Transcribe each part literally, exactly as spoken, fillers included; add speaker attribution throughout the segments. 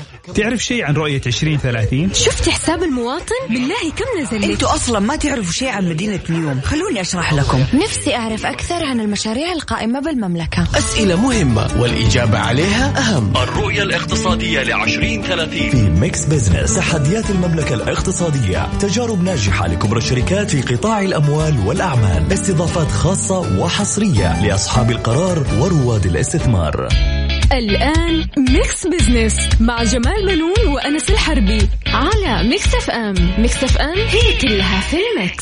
Speaker 1: تعرف شيء عن رؤية عشرين ثلاثين؟
Speaker 2: شفت حساب المواطن؟ بالله كم نزل لك؟
Speaker 3: انتوا أصلا ما تعرفوا شيء عن مدينة نيوم، خلوني أشرح لكم.
Speaker 2: نفسي أعرف أكثر عن المشاريع القائمة بالمملكة.
Speaker 4: أسئلة مهمة والإجابة عليها أهم.
Speaker 5: الرؤية الاقتصادية لعشرين ثلاثين
Speaker 6: في ميكس بزنس. تحديات المملكة الاقتصادية، تجارب ناجحة لكبرى الشركات في قطاع الأموال والأعمال، استضافات خاصة وحصرية لأصحاب القرار ورواد الاستثمار.
Speaker 2: الآن ميكس بزنس مع جمال بنون وأنس الحربي على ميكس اف ام. ميكس اف ام هي كلها في الميكس.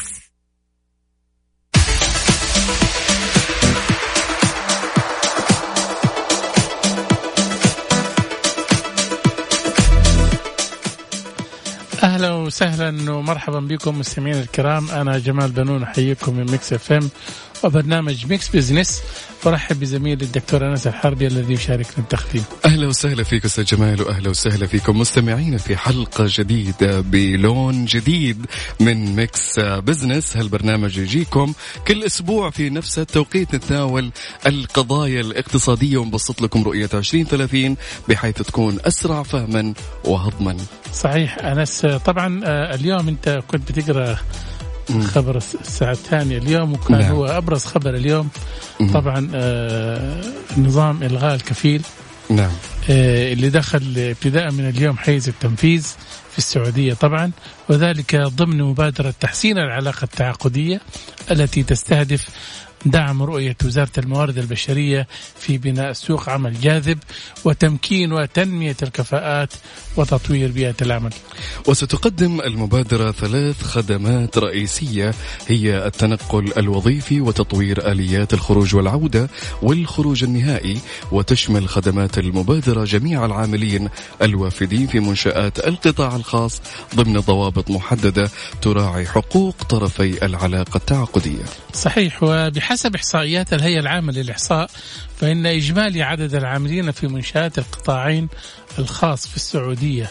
Speaker 7: أهلا وسهلا ومرحبا بكم مستمعين الكرام. أنا جمال بنون أحييكم من ميكس اف ام وبرنامج ميكس بزنس. برحب بزميل الدكتور أنس الحربي الذي يشاركنا التقديم.
Speaker 8: أهلا وسهلا فيك أستاذ جمال، وأهلا وسهلا فيكم مستمعين في حلقة جديدة بلون جديد من ميكس بزنس. هالبرنامج يجيكم كل أسبوع في نفس التوقيت، نتناول القضايا الاقتصادية ونبسط لكم رؤية عشرين ثلاثين بحيث تكون أسرع فهما وهضما.
Speaker 7: صحيح أنس، طبعا اليوم أنت كنت بتقرأ خبر الساعة الثانية اليوم، وكان نعم. هو أبرز خبر اليوم طبعا آه نظام إلغاء الكفيل
Speaker 8: نعم.
Speaker 7: آه اللي دخل ابتداء من اليوم حيز التنفيذ في السعودية طبعا، وذلك ضمن مبادرة تحسين العلاقة التعاقدية التي تستهدف دعم رؤية وزارة الموارد البشرية في بناء سوق عمل جاذب وتمكين وتنمية الكفاءات وتطوير بيئة العمل.
Speaker 8: وستقدم المبادرة ثلاث خدمات رئيسية، هي التنقل الوظيفي وتطوير آليات الخروج والعودة والخروج النهائي، وتشمل خدمات المبادرة جميع العاملين الوافدين في منشآت القطاع الخاص ضمن ضوابط محددة تراعي حقوق طرفي العلاقة التعاقدية.
Speaker 7: صحيح. وبحسب إحصائيات الهيئة العامة للإحصاء فإن إجمالي عدد العاملين في منشآت القطاعين الخاص في السعودية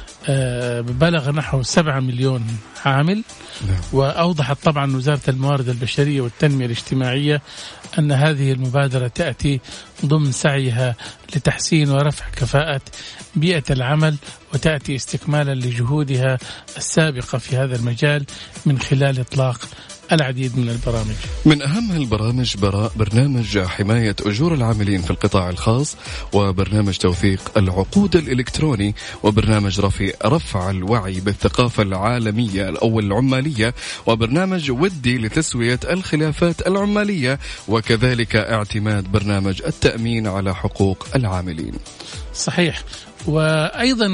Speaker 7: بلغ نحو سبعة مليون عامل. نعم. وأوضحت طبعا وزارة الموارد البشرية والتنمية الاجتماعية أن هذه المبادرة تأتي ضمن سعيها لتحسين ورفع كفاءة بيئة العمل، وتأتي استكمالا لجهودها السابقة في هذا المجال من خلال إطلاق العديد من البرامج.
Speaker 8: من أهم البرامج برنامج حماية أجور العاملين في القطاع الخاص، وبرنامج توثيق العقود الإلكتروني، وبرنامج رفع رفع الوعي بالثقافة العالمية أو العمالية، وبرنامج ودي لتسوية الخلافات العمالية، وكذلك اعتماد برنامج التأمين على حقوق العاملين.
Speaker 7: صحيح. وأيضا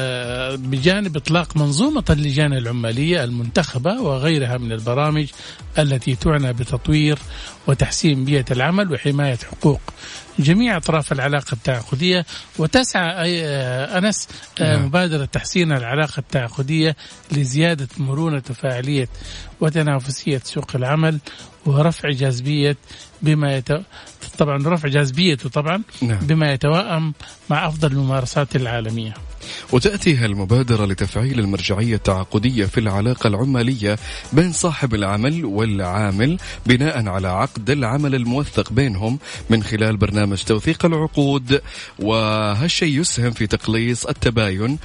Speaker 7: بجانب إطلاق منظومة اللجان العمالية المنتخبة وغيرها من البرامج التي تعنى بتطوير وتحسين بيئة العمل وحماية حقوق جميع أطراف العلاقة التعاقدية. وتسعى أنس مبادرة تحسين العلاقة التعاقدية لزيادة مرونة وفاعلية وتنافسية سوق العمل ورفع جاذبية بما يت... طبعا رفع جاذبيته طبعا نعم. بما يتوائم مع أفضل الممارسات العالمية.
Speaker 8: وتأتي هالمبادرة لتفعيل المرجعية التعاقدية في العلاقة العمالية بين صاحب العمل والعامل بناء على عقد العمل الموثق بينهم من خلال برنامج توثيق العقود، وهالشيء يسهم في تقليص التباين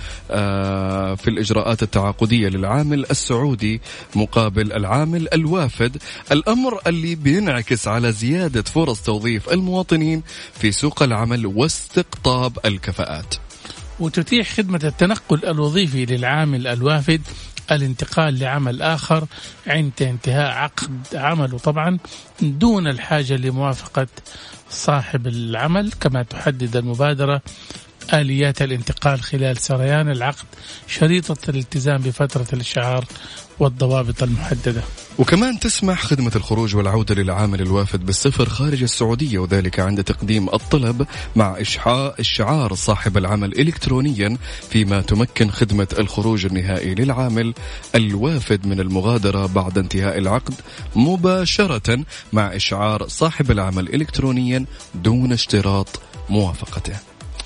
Speaker 8: في الإجراءات التعاقدية للعامل السعودي مقابل العامل الوافد، الأمر اللي بينعكس على زيادة فرص توظيف المواطنين في سوق العمل واستقطاب الكفاءات.
Speaker 7: وتتيح خدمة التنقل الوظيفي للعامل الوافد الانتقال لعمل آخر عند انتهاء عقد عمله طبعا دون الحاجة لموافقة صاحب العمل، كما تحدد المبادرة آليات الانتقال خلال سريان العقد، شريطة الالتزام بفترة الإشعار والضوابط المحددة.
Speaker 8: وكمان تسمح خدمة الخروج والعودة للعامل الوافد بالسفر خارج السعودية، وذلك عند تقديم الطلب مع إشعار صاحب العمل إلكترونيا، فيما تمكن خدمة الخروج النهائي للعامل الوافد من المغادرة بعد انتهاء العقد مباشرة مع إشعار صاحب العمل إلكترونيا دون اشتراط موافقته.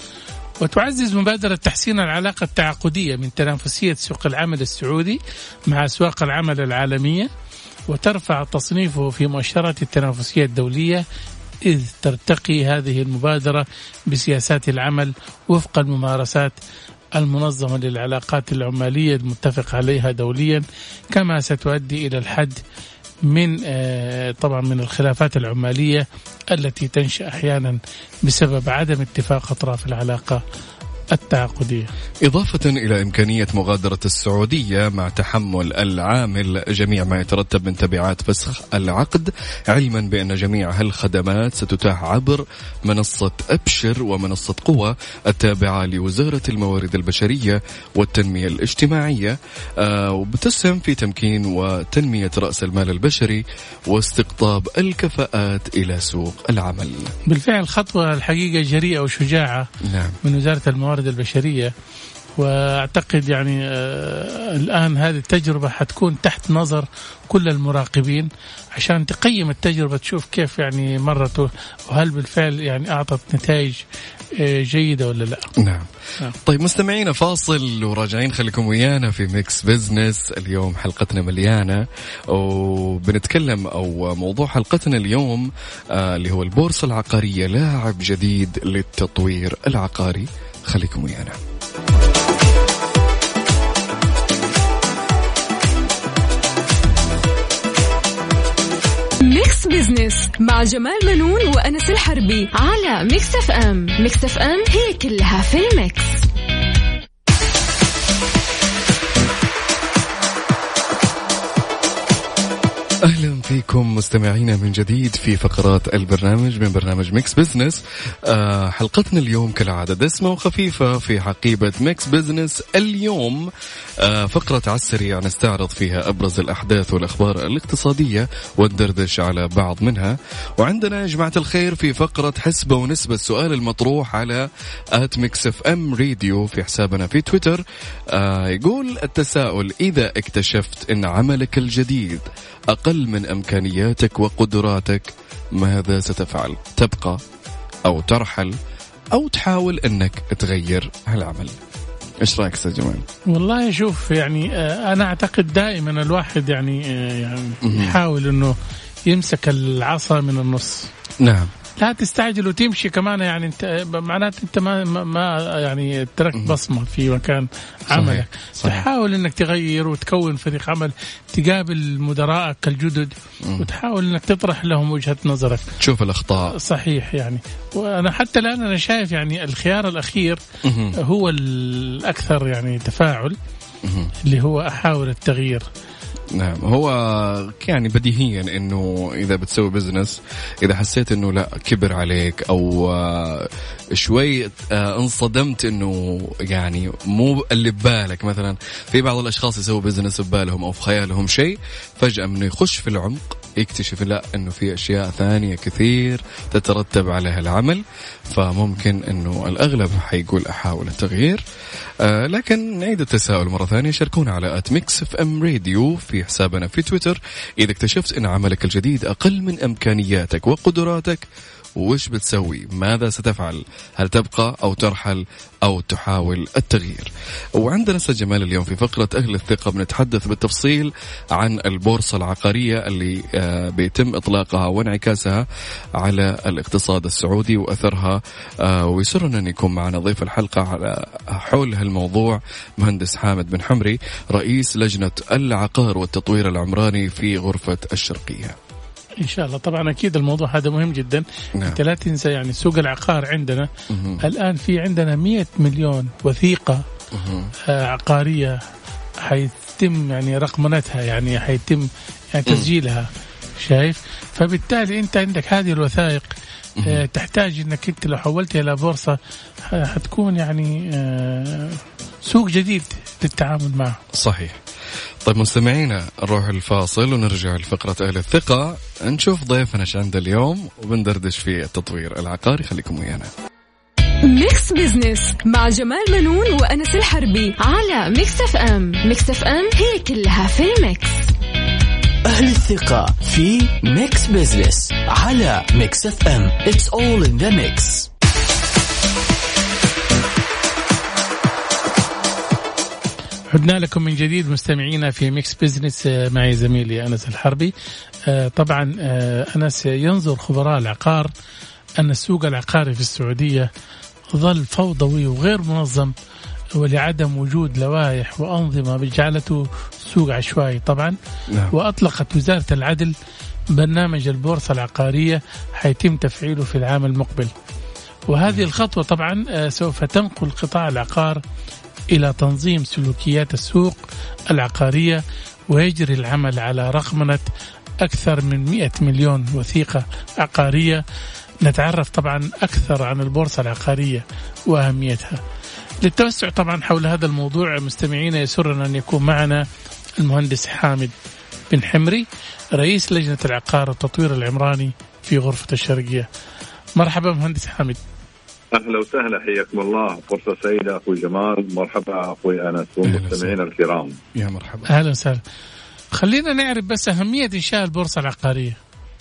Speaker 7: وتعزز مبادرة تحسين العلاقة التعاقدية من تنافسية سوق العمل السعودي مع أسواق العمل العالمية، وترفع تصنيفه في مؤشرات التنافسية الدولية، إذ ترتقي هذه المبادرة بسياسات العمل وفق الممارسات المنظمة للعلاقات العمالية المتفق عليها دوليا، كما ستؤدي إلى الحد من طبعا من الخلافات العمالية التي تنشأ أحيانا بسبب عدم اتفاق أطراف العلاقة التعاقدية.
Speaker 8: إضافة إلى إمكانية مغادرة السعودية مع تحمل العامل جميع ما يترتب من تبعات فسخ العقد، علما بأن جميع هالخدمات ستتاح عبر منصة أبشر ومنصة قوة التابعة لوزارة الموارد البشرية والتنمية الاجتماعية، وبتسهم في تمكين وتنمية رأس المال البشري واستقطاب الكفاءات إلى سوق العمل.
Speaker 7: بالفعل خطوة الحقيقة جريئة وشجاعة نعم. من وزارة الموارد البشرية، وأعتقد يعني آه الآن هذه التجربة حتكون تحت نظر كل المراقبين عشان تقيم التجربة، تشوف كيف يعني مرت وهل بالفعل يعني أعطت نتائج آه جيدة ولا لا.
Speaker 8: نعم. نعم. طيب مستمعينا فاصل وراجعين، خليكم ويانا في ميكس بيزنس. اليوم حلقتنا مليانة وبنتكلم أو موضوع حلقتنا اليوم آه اللي هو البورصة العقارية، لاعب جديد للتطوير العقاري. خليكم ويانا.
Speaker 2: ميكس بزنس مع جمال منون وأنس الحربي على ميكس اف ام. ميكس اف ام هي كلها في الميكس.
Speaker 8: أهلا فيكم مستمعينا من جديد في فقرات البرنامج من برنامج ميكس بزنس. آه حلقتنا اليوم كالعادة دسمة وخفيفة في حقيبة ميكس بزنس. اليوم آه فقرة على السريع نستعرض فيها أبرز الأحداث والأخبار الاقتصادية وندردش على بعض منها. وعندنا يا جماعة الخير في فقرة حسبة ونسبة السؤال المطروح على آت ميكس اف ام راديو في حسابنا في تويتر. آه يقول التساؤل: إذا اكتشفت أن عملك الجديد أقل من إمكانياتك وقدراتك ماذا ستفعل؟ تبقى أو ترحل أو تحاول أنك تغير هالعمل؟ إيش رأيك أستاذ جمال؟
Speaker 7: والله شوف يعني أنا أعتقد دائما الواحد يعني يعني يحاول أنه يمسك العصا من النص.
Speaker 8: نعم.
Speaker 7: لا تستعجل وتمشي كمان، يعني انت معناته انت ما ما يعني تركت بصمه في مكان عملك. صحيح. تحاول انك تغير وتكون فريق عمل، تقابل مدراءك الجدد وتحاول انك تطرح لهم وجهه نظرك،
Speaker 8: تشوف الاخطاء.
Speaker 7: صحيح. يعني وانا حتى الان انا شايف يعني الخيار الاخير هو الاكثر يعني تفاعل، اللي هو احاول التغيير.
Speaker 8: نعم. هو يعني بديهيا انه اذا بتسوي بزنس، اذا حسيت انه لا كبر عليك او شوي انصدمت انه يعني مو اللي ببالك، مثلا في بعض الاشخاص يسووا بزنس ببالهم او في خيالهم شيء، فجأة انه يخش في العمق يكتشف لا انه في اشياء ثانية كثير تترتب عليها العمل، فممكن انه الاغلب حيقول احاول التغيير. آه لكن نعيد التساؤل مرة ثانية، شاركونا على آت ميكس اف ام راديو في حسابنا في تويتر. إذا اكتشفت أن عملك الجديد أقل من إمكانياتك وقدراتك وش بتسوي؟ ماذا ستفعل؟ هل تبقى أو ترحل أو تحاول التغيير؟ وعندنا أستاذ جمال اليوم في فقرة أهل الثقة بنتحدث بالتفصيل عن البورصة العقارية اللي بيتم إطلاقها وانعكاسها على الاقتصاد السعودي وأثرها، ويسرنا أن يكون معنا ضيف الحلقة على حول هالموضوع مهندس حامد بن حمري، رئيس لجنة العقار والتطوير العمراني في غرفة الشرقية.
Speaker 7: إن شاء الله. طبعا أكيد الموضوع هذا مهم جدا. نعم. أنت لا تنسى يعني سوق العقار عندنا مه. الآن في عندنا مئة مليون وثيقة آه عقارية حيتم يعني رقمنتها، يعني حيتم يعني تسجيلها. شايف؟ فبالتالي أنت عندك هذه الوثائق آه تحتاج أنك أنت لو حولتها إلى بورصة حتكون يعني آه سوق جديد للتعامل معه.
Speaker 8: صحيح. طيب مستمعينا نروح الفاصل ونرجع لفقرة أهل الثقة، نشوف ضيفنا ايش عنده اليوم وبندردش في التطوير العقاري. خليكم ويانا.
Speaker 2: ميكس بزنس مع جمال منون وأنس الحربي على ميكس اف ام. ميكس اف ام هي كلها في الميكس.
Speaker 4: أهل الثقة في ميكس بزنس على ميكس اف ام. It's all in the mix.
Speaker 7: عدنا لكم من جديد مستمعينا في ميكس بزنس معي زميلي أنس الحربي. طبعا أنس، ينظر خبراء العقار أن السوق العقاري في السعودية ظل فوضوي وغير منظم ولعدم وجود لوائح وأنظمة جعلته سوق عشوائي طبعا. نعم. وأطلقت وزارة العدل برنامج البورصة العقارية حيتم تفعيله في العام المقبل، وهذه الخطوة طبعا سوف تنقل قطاع العقار إلى تنظيم سلوكيات السوق العقارية، ويجري العمل على رقمنة أكثر من مئة مليون وثيقة عقارية. نتعرف طبعا أكثر عن البورصة العقارية وأهميتها. للتوسع طبعا حول هذا الموضوع مستمعين يسرنا أن يكون معنا المهندس حامد بن حمري رئيس لجنة العقار والتطوير العمراني في غرفة الشرقية. مرحبا مهندس حامد.
Speaker 9: أهلا وسهلا، حياكم الله، فرصة سعيدة أخوي جمال. مرحبا أخوي أنس والمستمعين الكرام.
Speaker 7: يا مرحبا. أهلا وسهلا. خلينا نعرف بس أهمية إنشاء البورصة العقارية.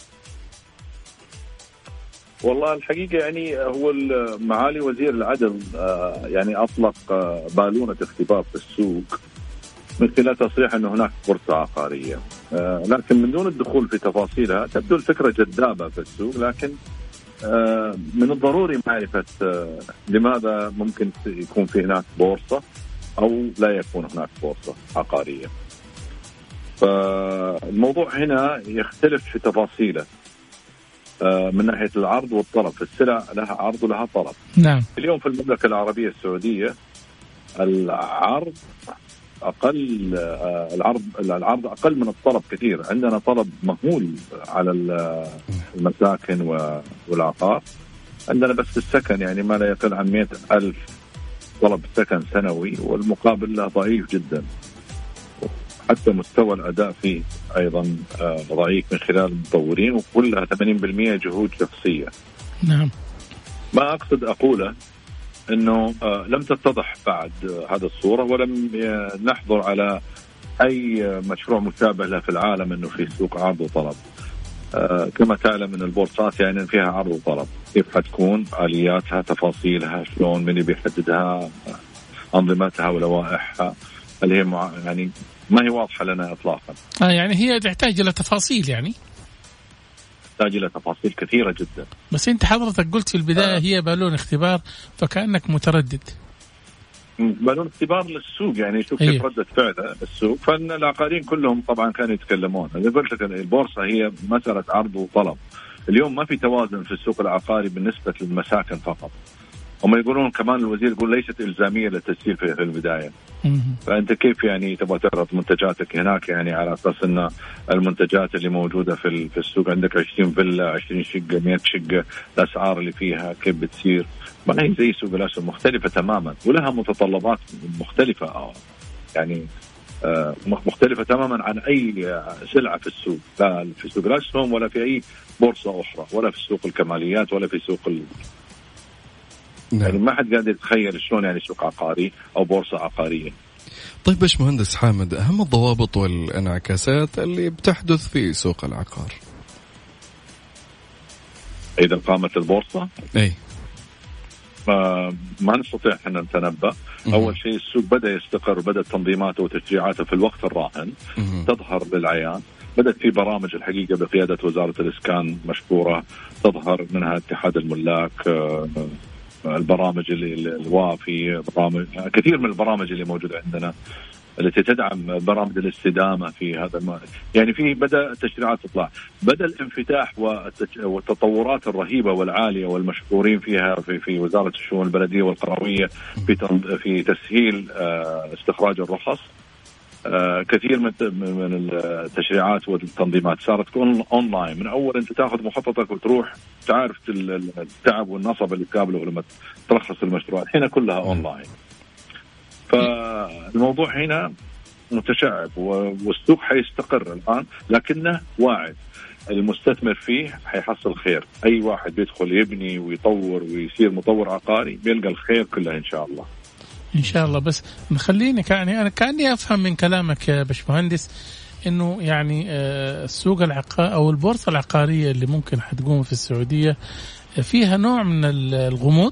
Speaker 9: والله الحقيقة يعني هو معالي وزير العدل يعني أطلق بالونة اختبار في السوق من خلال تصريح أنه هناك بورصة عقارية، لكن من دون الدخول في تفاصيلها تبدو الفكرة جذابة في السوق، لكن من الضروري معرفة لماذا ممكن يكون في هناك بورصة أو لا يكون هناك بورصة عقارية. فالموضوع هنا يختلف في تفاصيله من ناحية العرض والطلب. السلع لها عرض ولها طلب.
Speaker 7: نعم.
Speaker 9: اليوم في المملكة العربية السعودية العرض أقل العرض العرض أقل من الطلب كثير. عندنا طلب مهول على المساكن والعقار. عندنا بس السكن يعني ما لا يقل عن مئة ألف طلب سكن سنوي، والمقابل له ضعيف جدا. حتى مستوى الأداء فيه أيضا ضعيف من خلال المطورين، وكلها ثمانين بالمئة جهود شخصية.
Speaker 7: نعم.
Speaker 9: ما أقصد أقوله أنه لم تتضح بعد هذا الصورة، ولم نحضر على أي مشروع مشابه له في العالم أنه في سوق عرض وطلب. كما تعلم أن البورصات يعني فيها عرض وطلب، كيف حتكون آلياتها، تفاصيلها، شلون من بيحددها، أنظمتها ولوائحها، اللي هي مع... يعني ما هي واضحة لنا إطلاقا.
Speaker 7: آه يعني هي تحتاج إلى تفاصيل، يعني
Speaker 9: تحتاج إلى تفاصيل كثيرة جدا.
Speaker 7: بس أنت حضرتك قلت في البداية آه. هي بالون اختبار، فكأنك متردد.
Speaker 9: بالون اختبار للسوق، يعني شوف كيف ردة فعل السوق. فإن العقاريين كلهم طبعا كانوا يتكلمون. اللي قلت لك البورصة هي مسألة عرض وطلب. اليوم ما في توازن في السوق العقاري بالنسبة للمساكن فقط. هم يقولون كمان الوزير يقول ليست إلزامية للتسجيل في البداية. فأنت كيف يعني تبغى تعرض منتجاتك هناك، يعني على أساس أن المنتجات اللي موجودة في في السوق عندك عشرين فيلا، عشرين شقة، مئة شقة، الأسعار اللي فيها كيف بتصير؟ ما هي زي سوق الأسهم، مختلفة تماما ولها متطلبات مختلفة، يعني مختلفة تماما عن أي سلعة في السوق، لا في سوق الأسهم ولا في أي بورصة أخرى، ولا في سوق الكماليات ولا في سوق ال...
Speaker 8: نعم.
Speaker 9: يعني ما حد قادر يتخيل شلون يعني سوق عقاري أو بورصة عقارية.
Speaker 8: طيب باش مهندس حامد، أهم الضوابط والانعكاسات اللي بتحدث في سوق العقار
Speaker 9: إذا قامت البورصة؟
Speaker 8: أي
Speaker 9: ما, ما نستطيع أن نتنبأ. أول شيء السوق بدأ يستقر، بدأت تنظيماته وتشريعاته في الوقت الراهن تظهر للعيان. بدأت في برامج الحقيقة بقيادة وزارة الإسكان مشكورة تظهر، منها اتحاد الملاك، البرامج اللي الوافي، برامج كثير من البرامج اللي موجودة عندنا التي تدعم برامج الاستدامة في هذا الم... يعني في بدأ التشريعات تطلع، بدأ الانفتاح والتطورات الرهيبة والعالية والمشكورين فيها في في وزارة الشؤون البلدية والقروية في تن... في تسهيل استخراج الرخص. كثير من من التشريعات والتنظيمات صارت تكون اونلاين. من اول انت تاخذ مخططك وتروح تعرف التعب والنصب اللي تقابله لما ترخص المشروع، الحين كلها اونلاين. فالموضوع هنا متشعب والسوق حيستقر الان، لكنه واعد. المستثمر فيه حيحصل خير. اي واحد بيدخل يبني ويطور ويصير مطور عقاري بيلقى الخير كله ان شاء الله.
Speaker 7: إن شاء الله. بس نخليني كأني أنا كأني أفهم من كلامك يا باشمهندس إنه يعني السوق العقار أو البورصة العقارية اللي ممكن حتقوم في السعودية فيها نوع من الغموض.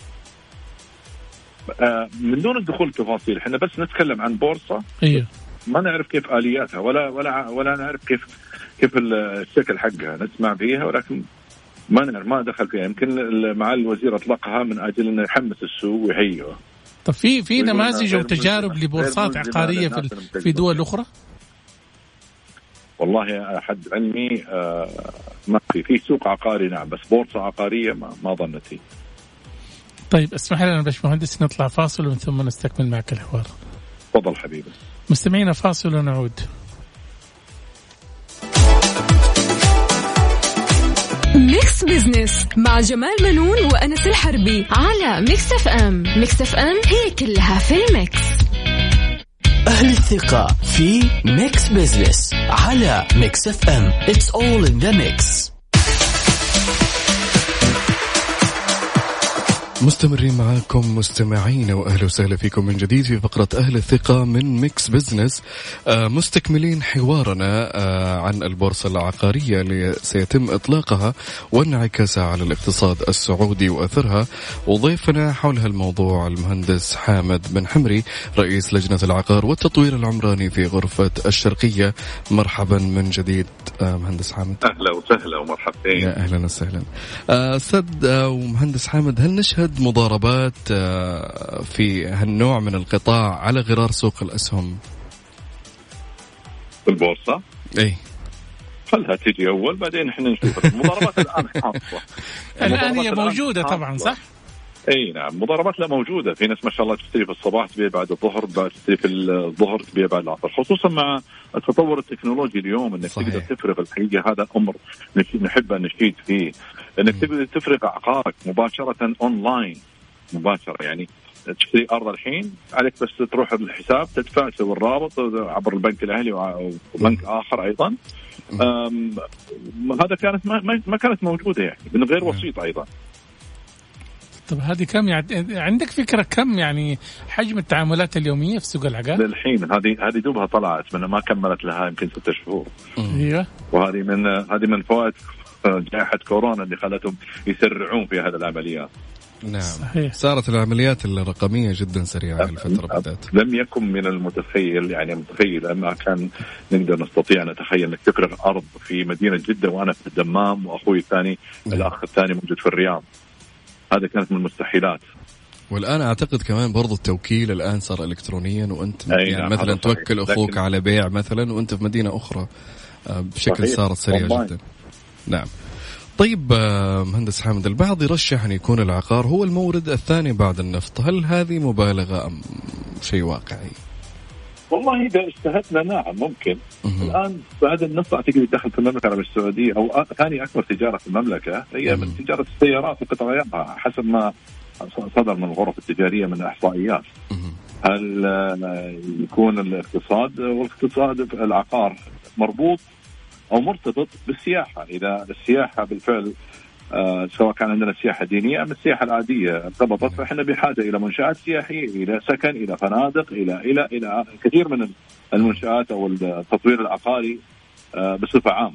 Speaker 9: من دون الدخول في تفاصيل، إحنا بس نتكلم عن بورصة.
Speaker 7: إيه.
Speaker 9: ما نعرف كيف آلياتها ولا ولا ولا نعرف كيف كيف الشكل حقها. نسمع فيها ولكن ما نعرف، ما دخل فيها. يمكن معالي الوزير أطلقها من أجل إنه يحمس السوق ويهيئه.
Speaker 7: طب في في نماذج او تجارب لبورصات عقاريه في في دول اخرى؟
Speaker 9: والله حد علمي آه ما في في سوق عقاري نعم، بس بورصه عقاريه ما, ما ظنت هي.
Speaker 7: طيب اسمح لنا باشمهندس نطلع فاصل ومن ثم نستكمل معك الحوار.
Speaker 9: تفضل حبيبي.
Speaker 7: مستمعينا فاصل ونعود.
Speaker 2: ميكس بزنس مع جمال منون وأنس الحربي على ميكس اف ام. ميكس اف ام هي كلها في الميكس.
Speaker 4: أهل الثقة في ميكس بزنس على ميكس اف ام. It's all in the mix.
Speaker 8: مستمرين معاكم مستمعين وأهلا وسهلا فيكم من جديد في فقرة أهل الثقة من ميكس بزنس. آه مستكملين حوارنا آه عن البورصة العقارية اللي سيتم إطلاقها وانعكاسها على الاقتصاد السعودي وأثرها، وضيفنا حول هالموضوع المهندس حامد بن حمري رئيس لجنة العقار والتطوير العمراني في غرفة الشرقية. مرحبا من جديد آه مهندس حامد.
Speaker 9: أهلا وسهلا ومرحبتين.
Speaker 8: يا أهلا وسهلا. أستاذ آه ومهندس حامد، هل نشهد مضاربات في هالنوع من القطاع على غرار سوق الأسهم
Speaker 9: في البورصة؟
Speaker 8: اي
Speaker 9: خلها تيجي أول بعدين احنا نشوف. المضاربات الآن حاصلة
Speaker 7: الآن هي موجودة طبعا صح؟
Speaker 9: اي نعم مضاربات لا موجودة. في ناس ما شاء الله تشتري في الصباح تبيع بعد الظهر، بعد تشتري في الظهر تبيع بعد العصر، خصوصا مع التطور التكنولوجي اليوم انك صحيح. تقدر تفرغ الحقيقة. هذا أمر نحب أن نشيد فيه، انك تقدر تفرغ عقارك مباشرة اونلاين مباشرة. يعني تشتري أرض الحين عليك بس تروح بالحساب تدفع تسوي الرابط عبر البنك الأهلي وبنك آخر أيضا. هذا كانت ما, ما كانت موجودة يعني من غير وسيط أيضا.
Speaker 7: طب هذه كم يعني عندك فكرة كم يعني حجم التعاملات اليومية في سوق العقار؟
Speaker 9: للحين هذه هذه دوبها طلعت من ما كملت لها يمكن ستة شهور.
Speaker 7: ايوه.
Speaker 9: وهذه من هذه من فوائد جائحة كورونا اللي خلتهم يسرعون في هذه العمليات.
Speaker 8: نعم صحيح. صارت العمليات الرقمية جدا سريعة الفترة بدأت.
Speaker 9: لم يكن من المتخيل يعني متخيل ما كان نقدر نستطيع أن نتخيل أنك تفرغ أرض في مدينة جدة وأنا في الدمام وأخوي الثاني نعم. الأخ الثاني موجود في الرياض. هذا كانت من المستحيلات.
Speaker 8: والآن أعتقد كمان برضو التوكيل الآن صار إلكترونيا، وأنت يعني
Speaker 9: نعم
Speaker 8: مثلا توكل أخوك لكن... على بيع مثلا وأنت في مدينة أخرى بشكل صحيح. صارت سريعة جدا. نعم. طيب مهندس حامد، البعض يرشح أن يكون العقار هو المورد الثاني بعد النفط، هل هذه مبالغة أم شيء واقعي؟
Speaker 9: والله إذا اجتهدنا نعم ممكن. الآن بعد النفط أعتقد دخل في المملكة العربية السعودية أو ثاني أكبر تجارة في المملكة هي من تجارة السيارات وقطع غيارها حسب ما صدر من الغرف التجارية من إحصائيات. هل يكون الاقتصاد والاقتصاد العقار مربوط أو مرتبط بالسياحة؟ إذا السياحة بالفعل آه سواء كان عندنا سياحة دينية أم السياحة العادية ارتبطت، فإحنا بحاجة إلى منشآت سياحية، إلى سكن، إلى فنادق، إلى إلى إلى كثير من المنشآت أو التطوير العقاري آه بصفة عامة.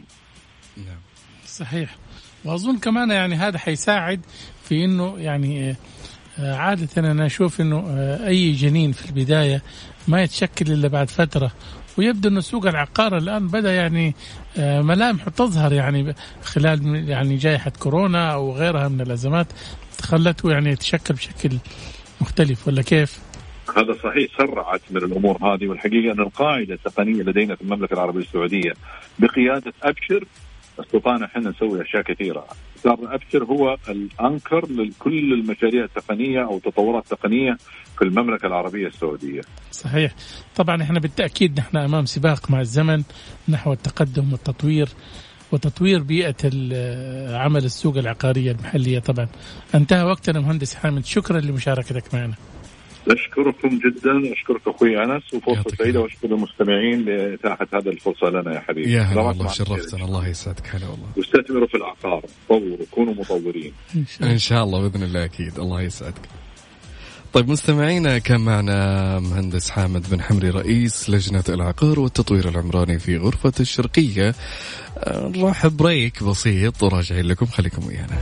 Speaker 7: صحيح. وأظن كمان يعني هذا حيساعد في إنه يعني عادة أنا أشوف إنه أي جنين في البداية ما يتشكل إلا بعد فترة، ويبدو أن سوق العقار الآن بدأ يعني ملامح تظهر يعني خلال يعني جائحة كورونا أو غيرها من الأزمات خلته يعني يتشكل بشكل مختلف، ولا كيف؟
Speaker 9: هذا صحيح، سرعت من الأمور هذه. والحقيقة أن القاعدة التقنية لدينا في المملكة العربية السعودية بقيادة أبشر استطعنا احنا نسوي أشياء كثيرة. صار أبشر هو الأنكر لكل المشاريع التقنية أو تطورات تقنية في المملكة العربية السعودية.
Speaker 7: صحيح. طبعا احنا بالتأكيد نحن أمام سباق مع الزمن نحو التقدم والتطوير وتطوير بيئة عمل السوق العقارية المحلية. طبعا انتهى وقتنا مهندس حامد، شكرا لمشاركتك معنا.
Speaker 9: أشكركم جدا، أشكرك أخوي أنس، وفرصة سعيدة، وأشكر المشتركين لإتاحة هذه الفرصة لنا يا حبيبي.
Speaker 8: يا هلا والله، شرفتنا، الله يسعدك. هلا والله.
Speaker 9: واستثمروا في العقار، طوروا، كونوا مطورين
Speaker 8: إن شاء الله بإذن الله. أكيد، الله يسعدك. طيب مستمعينا، كان معنا مهندس حامد بن حمري رئيس لجنة العقار والتطوير العمراني في غرفة الشرقية. نروح بريك بسيط وراجعين لكم، خليكم ويانا.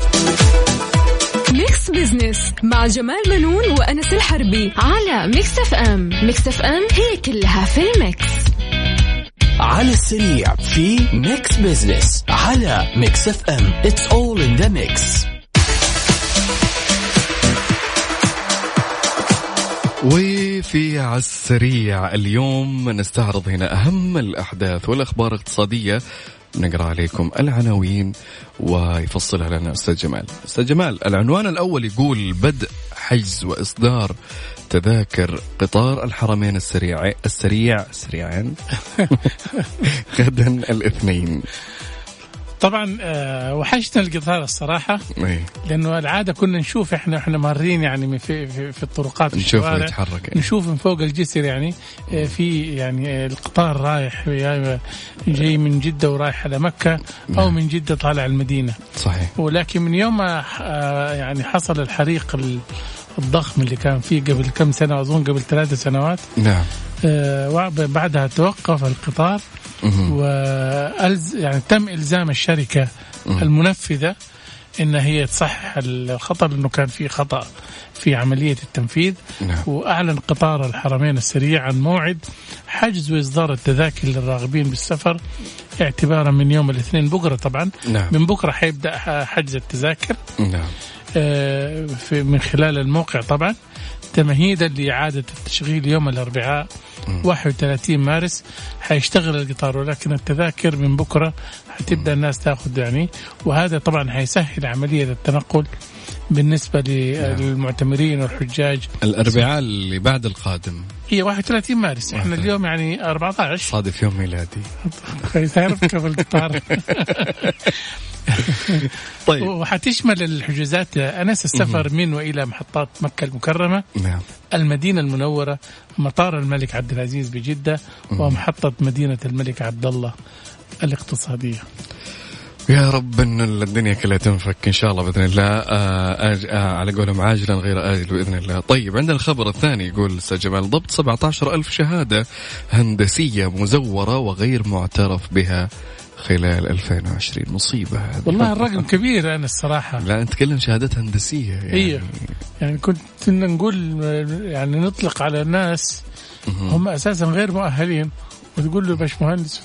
Speaker 2: ميكس بزنس مع جمال منون وأنس الحربي على ميكس اف ام. ميكس اف ام هي كلها في الميكس.
Speaker 4: على السريع في ميكس بزنس على ميكس اف ام. It's all in the mix.
Speaker 8: وفي على السريع اليوم نستعرض هنا أهم الأحداث والأخبار الاقتصادية، نقرأ عليكم العناوين ويفصلها لنا أستاذ جمال. أستاذ جمال، العنوان الأول يقول بدء حجز وإصدار تذاكر قطار الحرمين السريع السريع سريعين غدا الاثنين.
Speaker 7: طبعا وحشنا القطار الصراحة، لأنه العادة كنا نشوف إحنا إحنا مارين يعني في في, في الطرقات
Speaker 8: الشوارع نشوف,
Speaker 7: نشوف من فوق الجسر يعني في يعني القطار رايح جاي من جدة ورايح على مكة أو من جدة طالع المدينة.
Speaker 8: صحيح.
Speaker 7: ولكن من يوم ما يعني حصل الحريق الضخم اللي كان فيه قبل كم سنة، أظن قبل ثلاثة سنوات،
Speaker 8: نعم،
Speaker 7: وبعدها توقف القطار وألز يعني تم إلزام الشركة المنفذة إن هي تصحح الخطأ، لأنه كان في خطأ في عملية التنفيذ.
Speaker 8: نعم.
Speaker 7: وأعلن قطار الحرمين السريع عن موعد حجز وإصدار التذاكر للراغبين بالسفر اعتبارا من يوم الاثنين بكرة. طبعا
Speaker 8: نعم.
Speaker 7: من بكرة حيبدأ حجز التذاكر.
Speaker 8: نعم.
Speaker 7: آه في من خلال الموقع طبعا، تمهيدا لإعادة التشغيل يوم الأربعاء واحد وثلاثين مارس حيشتغل القطار، ولكن التذاكر من بكرة حتبدأ الناس تأخذ يعني، وهذا طبعا حيسهل عملية التنقل بالنسبة للمعتمرين والحجاج.
Speaker 8: الأربعاء اللي بعد القادم
Speaker 7: هي واحد وثلاثين مارس، احنا اليوم يعني أربعة عشر،
Speaker 8: صادف يوم ميلادي.
Speaker 7: تعرف كيف القطار.
Speaker 8: طيب.
Speaker 7: وحتشمل الحجوزات أنس السفر من وإلى محطات مكة المكرمة،
Speaker 8: نعم،
Speaker 7: المدينة المنورة، مطار الملك عبد العزيز بجدة، ومحطة مدينة الملك عبد الله الاقتصادية.
Speaker 8: يا رب إن الدنيا كلها تنفك إن شاء الله بإذن الله. آه آه آه على قولهم عاجلا غير آجل بإذن الله. طيب، عندنا الخبر الثاني يقول أستاذ جمال ضبط سبعة عشر ألف شهادة هندسية مزورة وغير معترف بها خلال ألفين وعشرين. مصيبة هذه
Speaker 7: والله، الرقم كبير. أنا الصراحة
Speaker 8: لا نتكلم شهادات هندسية يعني.
Speaker 7: إيه يعني كنت نقول يعني نطلق على الناس هم أساسا غير مؤهلين وتقول له باش مهندس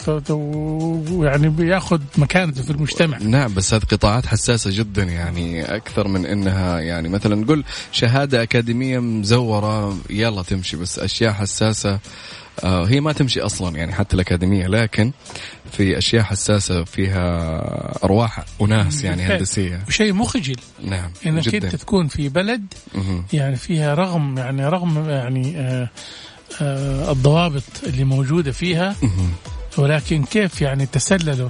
Speaker 7: ويعني بياخذ مكانته في المجتمع.
Speaker 8: نعم، بس هذه قطاعات حساسة جدا يعني، أكثر من إنها يعني مثلا نقول شهادة أكاديمية مزورة يلا تمشي، بس أشياء حساسة آه هي ما تمشي أصلا يعني، حتى الأكاديمية، لكن في أشياء حساسة فيها أرواح وناس يعني هندسية،
Speaker 7: وشيء مخجل.
Speaker 8: نعم،
Speaker 7: إنك أنت تكون في بلد يعني فيها رغم يعني رغم يعني آه آه الضوابط اللي موجودة فيها، ولكن كيف يعني تسللوا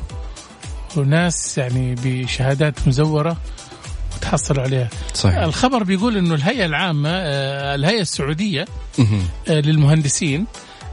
Speaker 7: وناس يعني بشهادات مزورة وتحصلوا عليها.
Speaker 8: صحيح.
Speaker 7: الخبر بيقول إنه الهيئة العامة آه الهيئة السعودية آه للمهندسين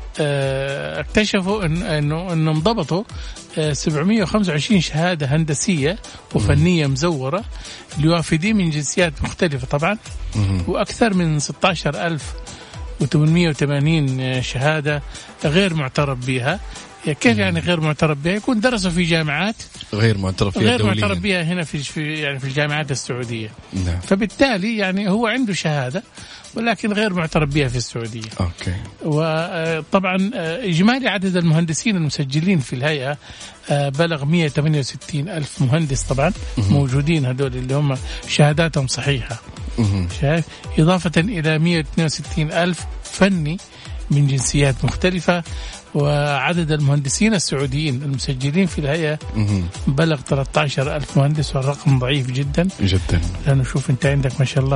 Speaker 7: آه اكتشفوا إن إنه إنهم ضبطوا آه سبعمية وخمسة وعشرين شهادة هندسية وفنية مزورة لوافدين من جنسيات مختلفة طبعا، وأكثر من ستة عشر ألف وثمانمية وثمانين شهادة غير معترف بها. كيف يعني غير معترف بها؟ يكون درسوا في جامعات
Speaker 8: غير معترف بها
Speaker 7: غير
Speaker 8: دوليا.
Speaker 7: معترف بها هنا في يعني في الجامعات السعودية.
Speaker 8: نعم.
Speaker 7: فبالتالي يعني هو عنده شهادة ولكن غير معترف بها في السعودية.
Speaker 8: أوكي.
Speaker 7: وطبعا إجمالي عدد المهندسين المسجلين في الهيئة بلغ مئة وثمانية وستين ألف مهندس طبعا موجودين، هذول اللي هم شهاداتهم صحيحة، شايف، إضافة إلى مئة واثنين وستين ألف فني من جنسيات مختلفة. وعدد المهندسين السعوديين المسجلين في الهيئة بلغ ثلاثة عشر ألف مهندس، والرقم ضعيف جدا
Speaker 8: جدا،
Speaker 7: لأنه شوف أنت عندك ما شاء الله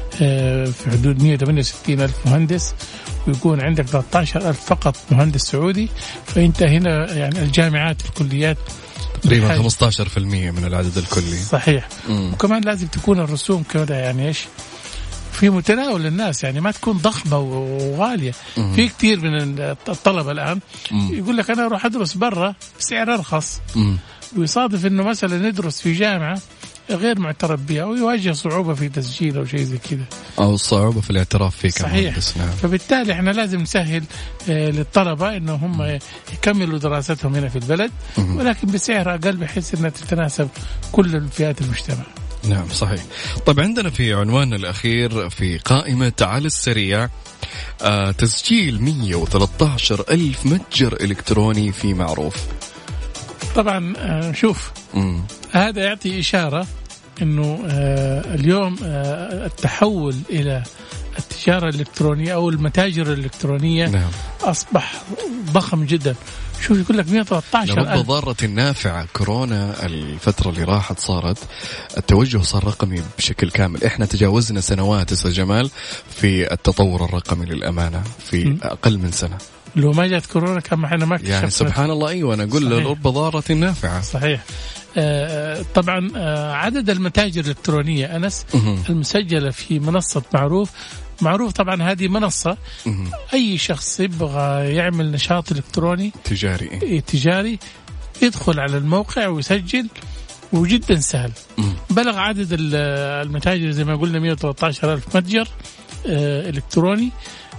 Speaker 7: في حدود مئة وثمانية وستين ألف مهندس ويكون عندك ثلاثة عشر ألف فقط مهندس سعودي، فأنت هنا يعني الجامعات الكليات
Speaker 8: تقريبا خمسة عشر بالمئة من العدد الكلي.
Speaker 7: صحيح. مم. وكمان لازم تكون الرسوم كذا يعني إيش في متناول الناس، يعني ما تكون ضخمة وغالية. مم. في كتير من الطلبة الآن مم. يقول لك أنا أروح أدرس برا بسعر أرخص، مم. ويصادف إنه مثلا ندرس في جامعة غير معترف بها ويواجه صعوبة في تسجيل أو شيء زي كده،
Speaker 8: أو الصعوبة في الاعتراف فيه.
Speaker 7: صحيح.
Speaker 8: نعم.
Speaker 7: فبالتالي إحنا لازم نسهل للطلبة إنه هم يكملوا دراستهم هنا في البلد، مم. ولكن بسعر أقل بحيث إنها تتناسب كل الفئات المجتمع.
Speaker 8: نعم صحيح. طيب عندنا في عنواننا الأخير في قائمة على السريع آه تسجيل مئة وثلاثة عشر ألف متجر إلكتروني في معروف.
Speaker 7: طبعا آه شوف مم. هذا يعطي إشارة إنه آه اليوم آه التحول إلى التجارة الإلكترونية أو المتاجر الإلكترونية
Speaker 8: نعم.
Speaker 7: أصبح ضخم جدا. شوف يقول لك مئة وثلاثة عشر
Speaker 8: رب ضارة النافعة. كورونا الفترة اللي راحت صارت التوجه صار رقمي بشكل كامل. احنا تجاوزنا سنوات استاذ جمال في التطور الرقمي للأمانة في م. أقل من سنة.
Speaker 7: لو ما جات كورونا كان احنا ما اكتشفنا
Speaker 8: يعني سبحان الله. أيوة أنا أقول رب ضارة نافعة.
Speaker 7: صحيح. آه طبعا آه عدد المتاجر الإلكترونية أنس م. المسجلة في منصة معروف. معروف طبعا هذه منصة م. أي شخص يبغى يعمل نشاط إلكتروني
Speaker 8: تجاري
Speaker 7: تجاري يدخل على الموقع ويسجل وجدا سهل. م. بلغ عدد المتاجر زي ما قلنا مئة وثلاثة عشر ألف متجر آه إلكتروني.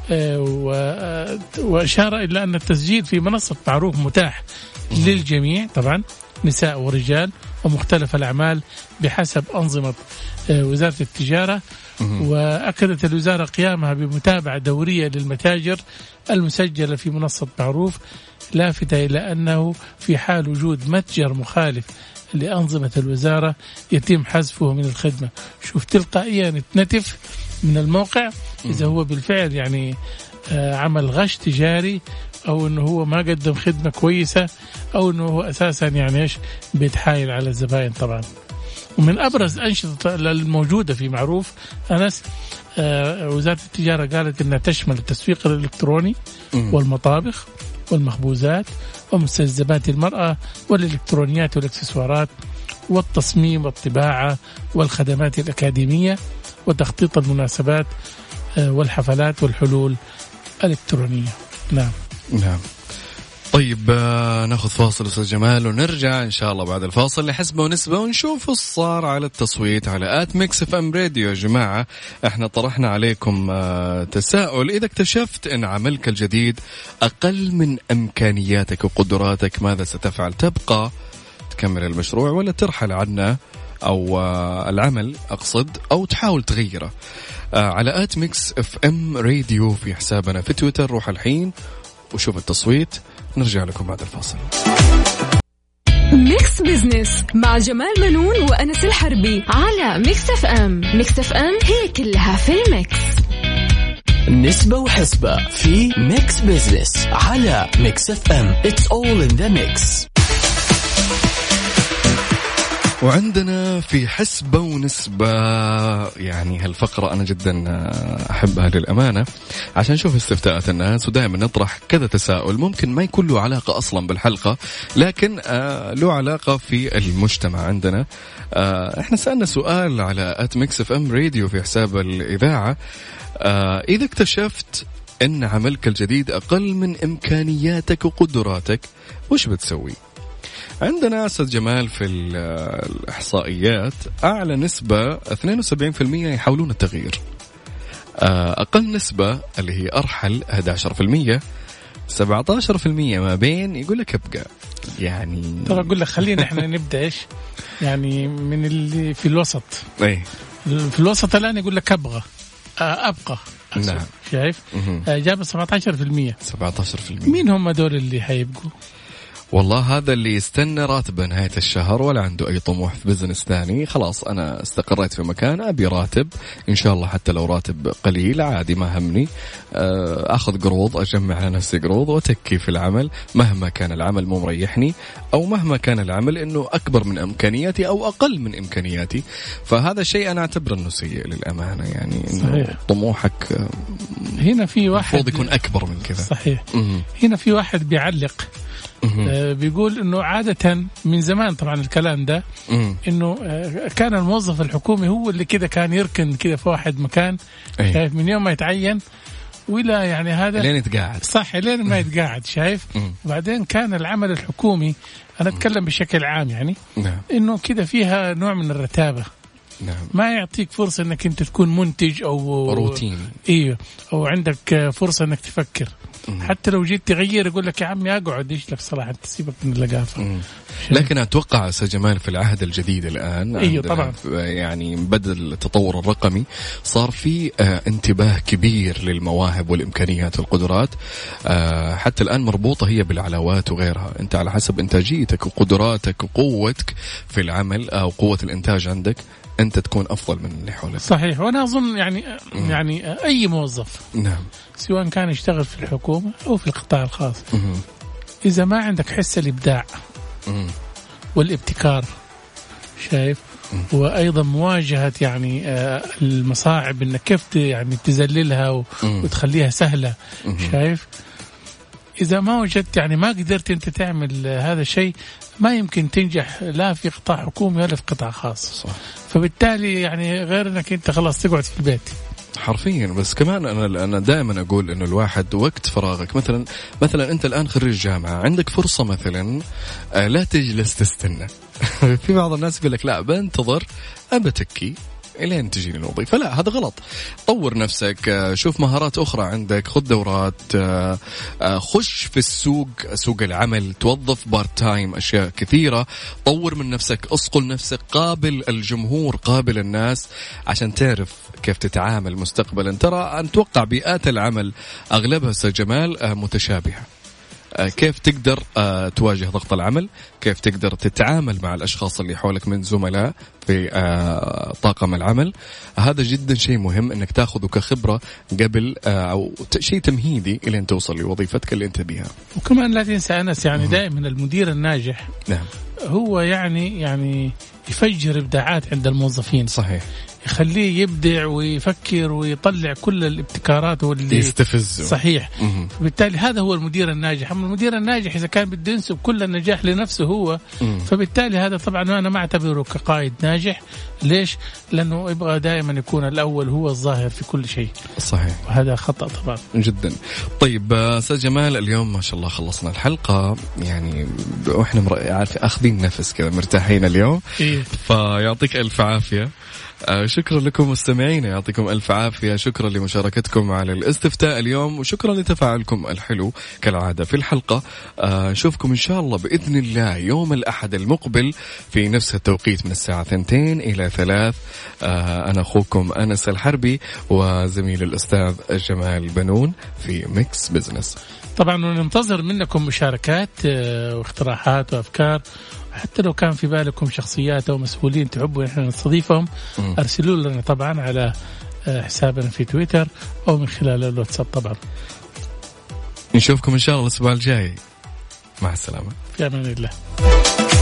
Speaker 7: آه وأشار إلى أن التسجيل في منصة معروف متاح م. للجميع طبعا نساء ورجال ومختلف الأعمال بحسب أنظمة آه وزارة التجارة. وأكدت الوزارة قيامها بمتابعة دورية للمتاجر المسجلة في منصة معروف لافتة إلى أنه في حال وجود متجر مخالف لأنظمة الوزارة يتم حذفه من الخدمة. شوف تلقائيا نتنتف من الموقع إذا هو بالفعل يعني عمل غش تجاري أو أنه هو ما قدم خدمة كويسة أو أنه هو أساسا يعني إيش بيتحايل على الزبائن طبعا. ومن أبرز أنشطة الموجودة في معروف أنس آه وزارة التجارة قالت أنها تشمل التسويق الإلكتروني والمطابخ والمخبوزات ومستلزمات المرأة والإلكترونيات والإكسسوارات والتصميم والطباعة والخدمات الأكاديمية وتخطيط المناسبات آه والحفلات والحلول الإلكترونية. نعم
Speaker 8: نعم. طيب ناخذ فاصل أستاذ جمال ونرجع إن شاء الله بعد الفاصل لحسبة ونسبة ونشوف وش صار على التصويت على آت ميكس اف ام راديو. يا جماعة احنا طرحنا عليكم تساؤل: إذا اكتشفت أن عملك الجديد أقل من إمكانياتك وقدراتك ماذا ستفعل؟ تبقى تكمل المشروع ولا ترحل عنه أو العمل أقصد أو تحاول تغيره؟ على آت ميكس اف ام راديو في حسابنا في تويتر. روح الحين وشوف التصويت. نرجع لكم بعد الفاصل.
Speaker 2: ميكس بزنس مع جمال منون وأنس الحربي على ميكس اف ام. ميكس اف ام هي كلها في الميكس.
Speaker 4: نسبة وحسبة في ميكس بزنس على ميكس اف ام. It's all in the mix.
Speaker 8: وعندنا في حسبة ونسبة يعني هالفقرة أنا جدا أحبها للأمانة عشان نشوف استفتاءات الناس. ودائما نطرح كذا تساؤل ممكن ما يكون له علاقة أصلا بالحلقة لكن آه له علاقة في المجتمع عندنا. آه إحنا سألنا سؤال على آت ميكس اف ام راديو في حساب الإذاعة: آه إذا اكتشفت أن عملك الجديد أقل من إمكانياتك وقدراتك وش بتسوي؟ عندنا أستاذ جمال في الإحصائيات أعلى نسبة اثنين وسبعين بالمئة يحاولون التغيير. أقل نسبة اللي هي أرحل أحد عشر بالمئة. سبعة عشر بالمئة ما بين يقول لك أبقى. يعني
Speaker 7: طبعا أقول لك خلينا إحنا نبدأ إيش يعني من اللي في الوسط.
Speaker 8: أي
Speaker 7: في الوسط الآن يقول لك أبغى أبقى.
Speaker 8: نعم.
Speaker 7: شايف جاب سبعة عشر بالمئة.
Speaker 8: سبعة عشر بالمئة.
Speaker 7: مين هم دول اللي حيبقوا؟
Speaker 8: والله هذا اللي يستنى راتب نهاية الشهر ولا عنده أي طموح في بزنس ثاني. خلاص أنا استقريت في مكان أبي راتب إن شاء الله حتى لو راتب قليل عادي ما همني. أخذ قروض أجمع على نفسي قروض وتكي في العمل مهما كان العمل مو مريحني أو مهما كان العمل إنه أكبر من إمكانياتي أو أقل من إمكانياتي. فهذا الشيء أنا أعتبره إنه سيء للأمانة. يعني إنه صحيح. طموحك
Speaker 7: هنا في واحد
Speaker 8: المفروض يكون أكبر من كذا.
Speaker 7: صحيح. م- هنا في واحد بيعلق آه بيقول انه عادة من زمان طبعا الكلام ده انه آه كان الموظف الحكومي هو اللي كده كان يركن كده في واحد مكان شايف من يوم ما يتعين ولا يعني هذا
Speaker 8: لين يتقاعد.
Speaker 7: صح لين ما يتقاعد شايف. وبعدين كان العمل الحكومي انا اتكلم بشكل عام يعني
Speaker 8: نعم.
Speaker 7: انه كده فيها نوع من الرتابة.
Speaker 8: نعم.
Speaker 7: ما يعطيك فرصة انك انت تكون منتج او
Speaker 8: روتيني.
Speaker 7: ايوه او عندك فرصة انك تفكر. مم. حتى لو جيت تغير يقول لك يا عمي اقعد ايش لك صلاح تسيبك من اللقافة.
Speaker 8: لكن اتوقع استاذ جمال في العهد الجديد الان
Speaker 7: ايوه طبعا
Speaker 8: يعني بدأ التطور الرقمي صار في آه انتباه كبير للمواهب والامكانيات والقدرات. آه حتى الان مربوطة هي بالعلاوات وغيرها. انت على حسب انتاجيتك وقدراتك وقوتك في العمل او قوة الانتاج عندك أنت تكون أفضل من اللي حولك.
Speaker 7: صحيح. وأنا أظن يعني م. يعني أي موظف
Speaker 8: نعم
Speaker 7: سواء كان يشتغل في الحكومة أو في القطاع الخاص م. إذا ما عندك حس الإبداع م. والابتكار شايف م. وأيضا مواجهة يعني المصاعب إنك كيف يعني تزللها م. وتخليها سهلة م. شايف إذا ما وجدت يعني ما قدرت أنت تعمل هذا الشيء ما يمكن تنجح لا في قطاع حكومي ولا في قطاع خاص. صح. فبالتالي يعني غير أنك أنت خلاص تقعد في البيت
Speaker 8: حرفيا. بس كمان أنا أنا دائما أقول إنه الواحد وقت فراغك مثلا مثلا أنت الآن خريج جامعة عندك فرصة مثلا لا تجلس تستنى. في بعض الناس يقول لك لا بنتظر أبتكي إلين تجيني الوظيفة. لا هذا غلط. طور نفسك شوف مهارات أخرى عندك خذ دورات خش في السوق سوق العمل توظف بارت تايم أشياء كثيرة طور من نفسك أصقل نفسك قابل الجمهور قابل الناس عشان تعرف كيف تتعامل مستقبلا. ترى أتوقع بيئات العمل أغلبها سجمال متشابهة. كيف تقدر تواجه ضغط العمل كيف تقدر تتعامل مع الأشخاص اللي حولك من زملاء في طاقم العمل. هذا جدا شيء مهم أنك تأخذه كخبرة قبل أو شيء تمهيدي إلى أن توصل لوظيفتك اللي أنت بيها.
Speaker 7: وكمان لا تنسى أنس يعني دائما المدير الناجح
Speaker 8: نعم
Speaker 7: هو يعني يعني يفجر إبداعات عند الموظفين.
Speaker 8: صحيح.
Speaker 7: يخليه يبدع ويفكر ويطلع كل الابتكارات واللي
Speaker 8: يستفزه.
Speaker 7: صحيح. فبالتالي هذا هو المدير الناجح. أما المدير الناجح إذا كان بده ينسب كل النجاح لنفسه هو مم. فبالتالي هذا طبعا أنا ما أعتبره كقائد ناجح. ليش؟ لأنه يبغى دائما يكون الأول هو الظاهر في كل شيء.
Speaker 8: صحيح.
Speaker 7: وهذا خطأ طبعا
Speaker 8: جدا. طيب أستاذ جمال اليوم ما شاء الله خلصنا الحلقة يعني وإحنا عارف أخذين نفس كذا مرتاحين اليوم.
Speaker 7: إيه؟
Speaker 8: فيعطيك ألف عافية. آه شكرا لكم مستمعين يعطيكم ألف عافية. شكرا لمشاركتكم على الاستفتاء اليوم وشكرا لتفاعلكم الحلو كالعادة في الحلقة. آه نشوفكم إن شاء الله بإذن الله يوم الأحد المقبل في نفس التوقيت من الساعة اثنتين إلى ثلاث. آه أنا أخوكم أنس الحربي وزميل الأستاذ جمال بنون في ميكس بزنس.
Speaker 7: طبعا ننتظر منكم مشاركات واقتراحات وأفكار حتى لو كان في بالكم شخصيات أو مسؤولين تحبوا إحنا نستضيفهم أرسلوا لنا طبعا على حسابنا في تويتر أو من خلال الواتساب. طبعا
Speaker 8: نشوفكم إن شاء الله الأسبوع الجاي. مع السلامة.
Speaker 7: في أمان الله.